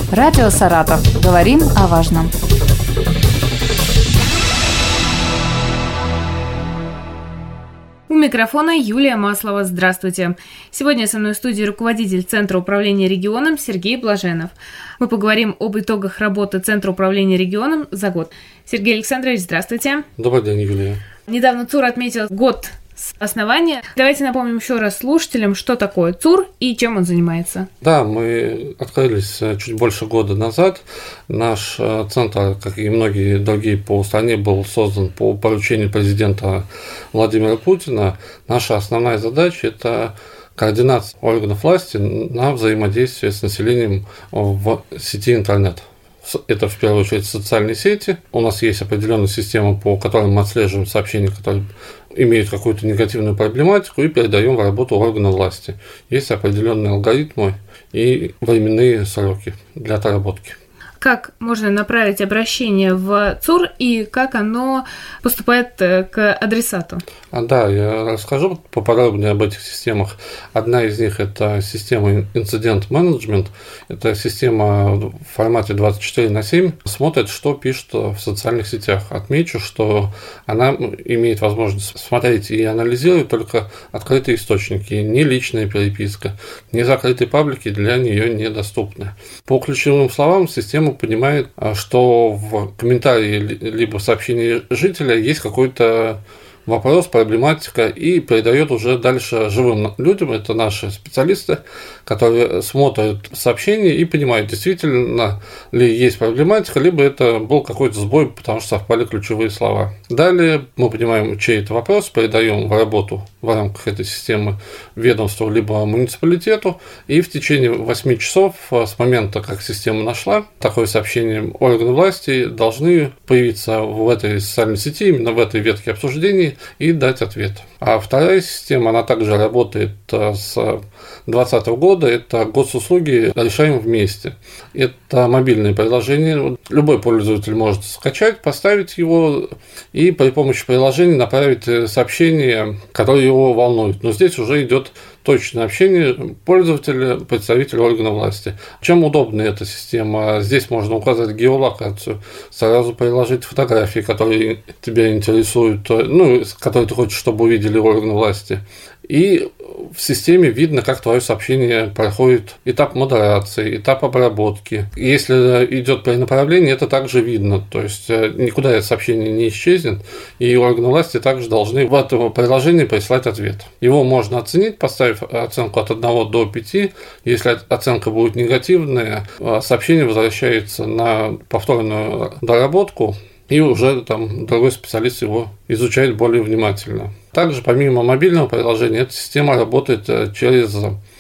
Радио «Саратов». Говорим о важном. У микрофона Юлия Маслова. Здравствуйте. Сегодня со мной в студии руководитель Центра управления регионом Сергей Блаженов. Мы поговорим об итогах работы Центра управления регионом за год. Сергей Александрович, здравствуйте. Добрый день, Юлия. Недавно ЦУР отметил год с основания. Давайте напомним еще раз слушателям, что такое ЦУР и чем он занимается. Да, мы открылись чуть больше года назад. Наш центр, как и многие другие по стране, был создан по поручению президента Владимира Путина. Наша основная задача – это координация органов власти на взаимодействие с населением в сети интернет. Это, в первую очередь, социальные сети. У нас есть определенная система, по которой мы отслеживаем сообщения, которые имеют какую-то негативную проблематику, и передаем в работу органов власти. Есть определенные алгоритмы и временные сроки для отработки. Как можно направить обращение в ЦУР и как оно поступает к адресату? Да, я расскажу поподробнее об этих системах. Одна из них – это система Incident Management. Это система в формате 24/7. Смотрит, что пишут в социальных сетях. Отмечу, что она имеет возможность смотреть и анализировать только открытые источники, не личная переписка, не закрытые паблики для нее недоступны. По ключевым словам система понимает, что в комментарии либо в сообщении жителя есть какой-то вопрос, проблематика, и передает уже дальше живым людям, это наши специалисты, которые смотрят сообщения и понимают, действительно ли есть проблематика, либо это был какой-то сбой, потому что совпали ключевые слова. Далее мы понимаем, чей это вопрос, передаем в работу в рамках этой системы ведомству либо муниципалитету, и в течение 8 часов с момента, как система нашла такое сообщение, органы власти должны появиться в этой социальной сети, именно в этой ветке обсуждений, и дать ответ. А вторая система, она также работает с 2020 года, это госуслуги «Решаем вместе». Это мобильное приложение, любой пользователь может скачать, поставить его и при помощи приложения направить сообщение, которое его волнует. Но здесь уже идет точное общение пользователя, представителя органа власти. Чем удобна эта система? Здесь можно указать геолокацию, сразу приложить фотографии, которые тебя интересуют, которые ты хочешь, чтобы увидели органы власти. И в системе видно, как твое сообщение проходит этап модерации, этап обработки. Если идет перенаправление, это также видно. То есть никуда это сообщение не исчезнет, и органы власти также должны в этом приложении прислать ответ. Его можно оценить, поставив оценку от 1 до 5. Если оценка будет негативная, сообщение возвращается на повторную доработку, и уже там другой специалист его изучает более внимательно. Также помимо мобильного приложения, эта система работает через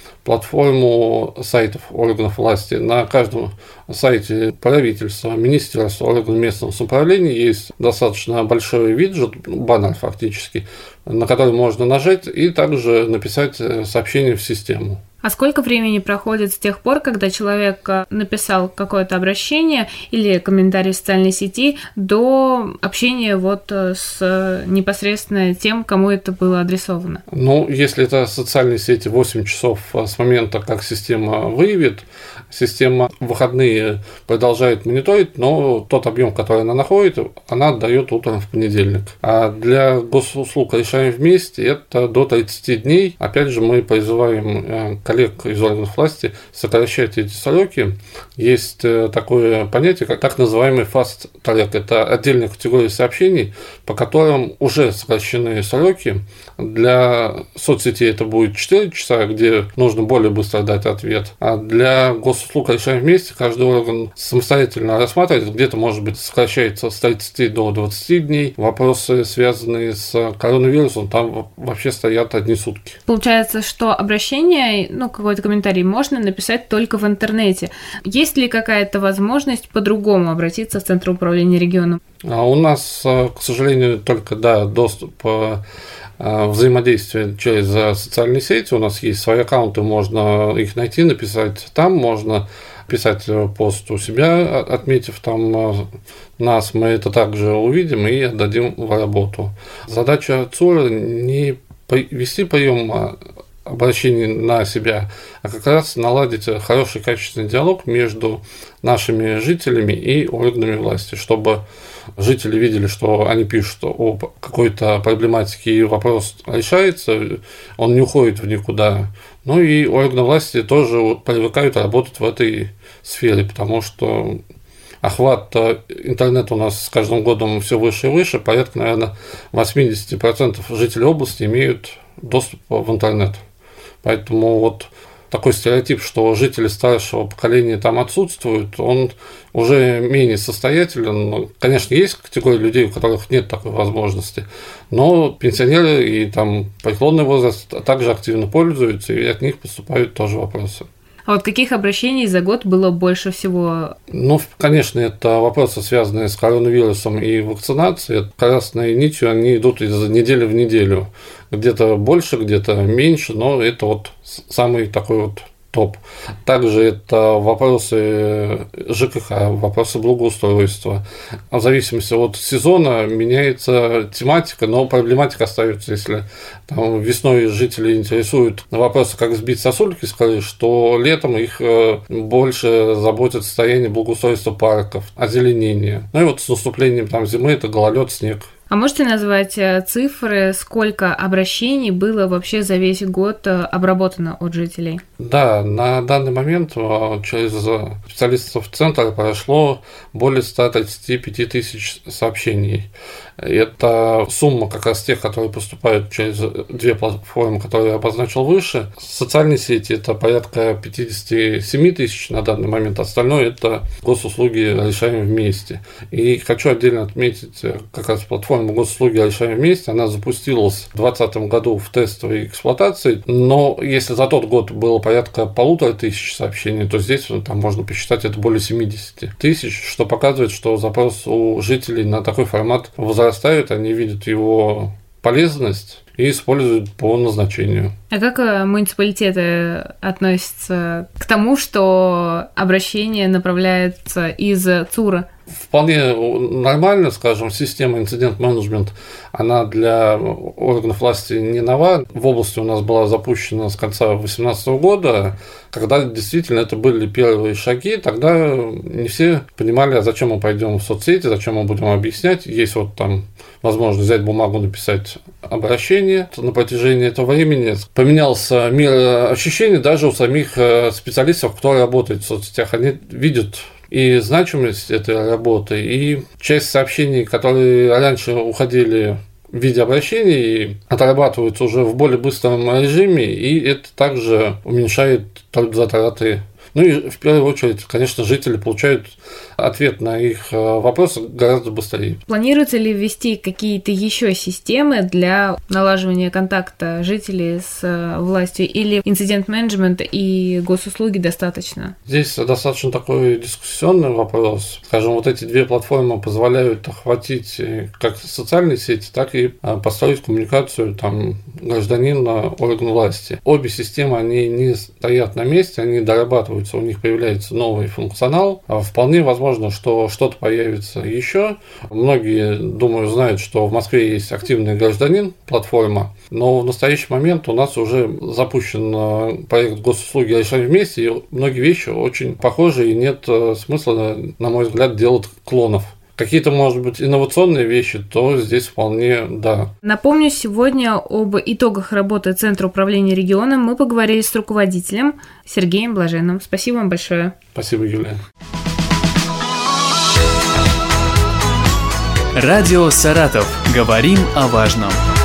платформу сайтов органов власти. На каждом сайте правительства, министерства, органов местного самоуправления есть достаточно большой виджет, баннер фактически, на который можно нажать и также написать сообщение в систему. А сколько времени проходит с тех пор, когда человек написал какое-то обращение или комментарий в социальной сети, до общения с непосредственно тем, кому это было адресовано? Если это социальные сети, 8 часов с момента, как система выявит, система в выходные продолжает мониторить, но тот объем, который она находит, она отдает утром в понедельник. А для госуслуг «Решаем вместе» это до 30 дней. Опять же, мы призываем коллег из органов власти сокращать эти сроки. Есть такое понятие, как так называемый fast track. Это отдельная категория сообщений, по которым уже сокращены сроки. Для соцсетей это будет 4 часа, где нужно более быстро дать ответ. А для госуслуг «Решаем вместе» каждый орган самостоятельно рассматривает. Где-то, может быть, сокращается с 30 до 20 дней. Вопросы, связанные с коронавирусом, там вообще стоят одни сутки. Получается, что обращение, какой-то комментарий можно написать только в интернете. Есть ли какая-то возможность по-другому обратиться в Центр управления регионом? У нас, к сожалению, только доступ взаимодействие через социальные сети. У нас есть свои аккаунты, можно их найти, написать там, можно писать пост у себя, отметив там нас, мы это также увидим и отдадим в работу. Задача ЦУРа не вести прием обращений на себя, а как раз наладить хороший качественный диалог между нашими жителями и органами власти, чтобы жители видели, что они пишут о какой-то проблематике и вопрос решается, он не уходит в никуда. Ну и органы власти тоже привыкают работать в этой сфере, потому что охват интернета у нас с каждым годом все выше и выше, порядка, наверное, 80% жителей области имеют доступ в интернет. Поэтому вот такой стереотип, что жители старшего поколения там отсутствуют, он уже менее состоятелен. Конечно, есть категории людей, у которых нет такой возможности, но пенсионеры и там преклонный возраст также активно пользуются, и от них поступают тоже вопросы. А вот каких обращений за год было больше всего? Ну, конечно, это вопросы, связанные с коронавирусом и вакцинацией. Красной нитью они идут из недели в неделю. Где-то больше, где-то меньше, но это вот самый такой вот топ. Также это вопросы ЖКХ, вопросы благоустройства. В зависимости от сезона меняется тематика, но проблематика остается. Если там весной жители интересуют вопросы, как сбить сосульки с крыш, то летом их больше заботит состояние благоустройства парков, озеленения. Ну и вот с наступлением там зимы это гололед, снег. А можете назвать цифры, сколько обращений было вообще за весь год обработано от жителей? Да, на данный момент через специалистов центра прошло более 135 тысяч сообщений. Это сумма как раз тех, которые поступают через две платформы, которые я обозначил выше. Социальные сети – это порядка 57 тысяч на данный момент, остальное – это госуслуги решаем вместе. И хочу отдельно отметить как раз платформу госуслуги решаем вместе. Она запустилась в 2020 году в тестовой эксплуатации, но если за тот год было порядка 1500 сообщений, то здесь там можно посчитать это более 70 тысяч, что показывает, что запрос у жителей на такой формат возрастает, они видят его полезность и используют по назначению. А как муниципалитеты относятся к тому, что обращение направляется из ЦУРа? Вполне нормально, скажем, система инцидент-менеджмент, она для органов власти не нова. В области у нас была запущена с конца 2018 года, когда действительно это были первые шаги, тогда не все понимали, а зачем мы пойдем в соцсети, зачем мы будем объяснять. Есть вот там возможность взять бумагу, написать обращение. На протяжении этого времени поменялся мир ощущений даже у самих специалистов, кто работает в соцсетях. Они видят и значимость этой работы, и часть сообщений, которые раньше уходили в виде обращений, отрабатываются уже в более быстром режиме, и это также уменьшает трудозатраты. Ну и в первую очередь, конечно, жители получают ответ на их вопросы гораздо быстрее. Планируется ли ввести какие-то еще системы для налаживания контакта жителей с властью, или инцидент-менеджмент и госуслуги достаточно? Здесь достаточно такой дискуссионный вопрос. Скажем, вот эти две платформы позволяют охватить как социальные сети, так и построить коммуникацию там гражданина, орган власти. Обе системы, они не стоят на месте, они дорабатываются, у них появляется новый функционал. Вполне возможно, что что-то появится еще. Многие, думаю, знают, что в Москве есть активный гражданин, платформа, но в настоящий момент у нас уже запущен проект госуслуги решаем вместе, и многие вещи очень похожи, и нет смысла, на мой взгляд, делать клонов. Какие-то, может быть, инновационные вещи, то здесь вполне да. Напомню, сегодня об итогах работы Центра управления регионом мы поговорили с руководителем Сергеем Блаженным. Спасибо вам большое. Спасибо, Юлия. Радио «Саратов». Говорим о важном.